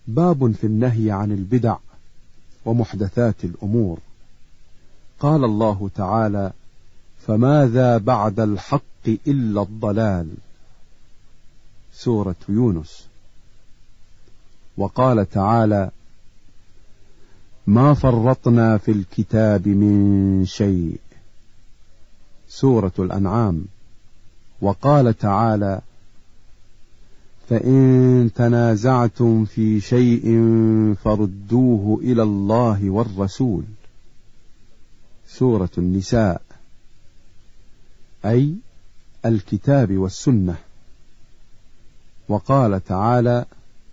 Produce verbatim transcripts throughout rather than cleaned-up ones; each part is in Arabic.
باب في النهي عن البدع ومحدثات الأمور. قال الله تعالى: فماذا بعد الحق إلا الضلال، سورة يونس. وقال تعالى: ما فرطنا في الكتاب من شيء، سورة الأنعام. وقال تعالى: فإن تنازعتم في شيء فردوه إلى الله والرسول، سورة النساء، أي الكتاب والسنة. وقال تعالى: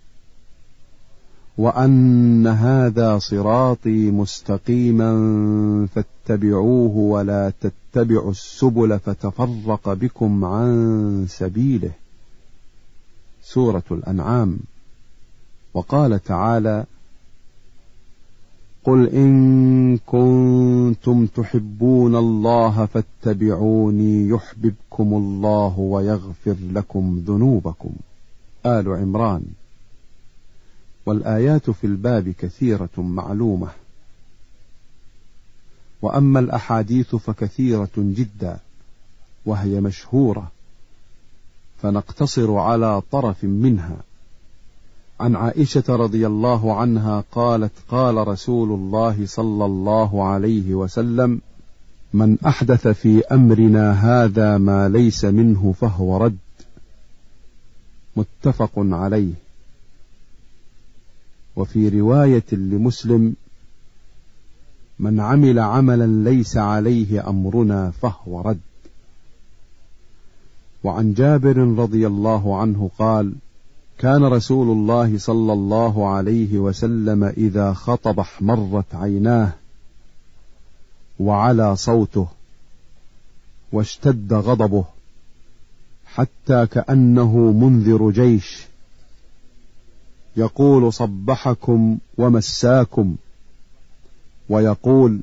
وأن هذا صراطي مستقيما فاتبعوه ولا تتبعوا السبل فتفرق بكم عن سبيله، سورة الأنعام. وقال تعالى: قل إن كنتم تحبون الله فاتبعوني يحببكم الله ويغفر لكم ذنوبكم، آل عمران. والآيات في الباب كثيرة معلومة، وأما الأحاديث فكثيرة جدا وهي مشهورة، فنقتصر على طرف منها. عن عائشة رضي الله عنها قالت: قال رسول الله صلى الله عليه وسلم: من أحدث في أمرنا هذا ما ليس منه فهو رد، متفق عليه. وفي رواية لمسلم: من عمل عملا ليس عليه أمرنا فهو رد. وعن جابر رضي الله عنه قال: كان رسول الله صلى الله عليه وسلم إذا خطب احمرت عيناه وعلى صوته واشتد غضبه حتى كأنه منذر جيش، يقول: صبحكم ومساكم، ويقول: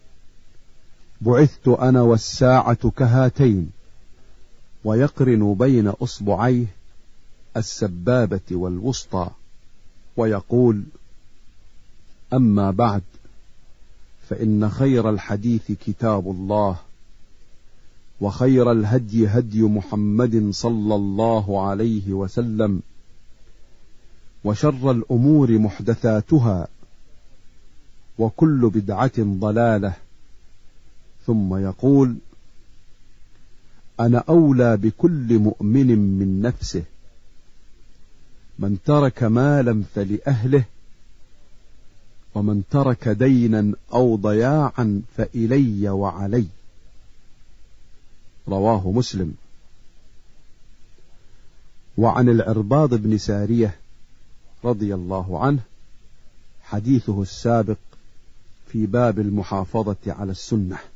بعثت أنا والساعة كهاتين، ويقرن بين أصبعيه السبابة والوسطى، ويقول: أما بعد، فإن خير الحديث كتاب الله، وخير الهدي هدي محمد صلى الله عليه وسلم، وشر الأمور محدثاتها، وكل بدعة ضلالة. ثم يقول: أنا أولى بكل مؤمن من نفسه، من ترك مالا فلأهله، ومن ترك دينا أو ضياعا فإلي وعلي، رواه مسلم. وعن العرباض بن سارية رضي الله عنه حديثه السابق في باب المحافظة على السنة.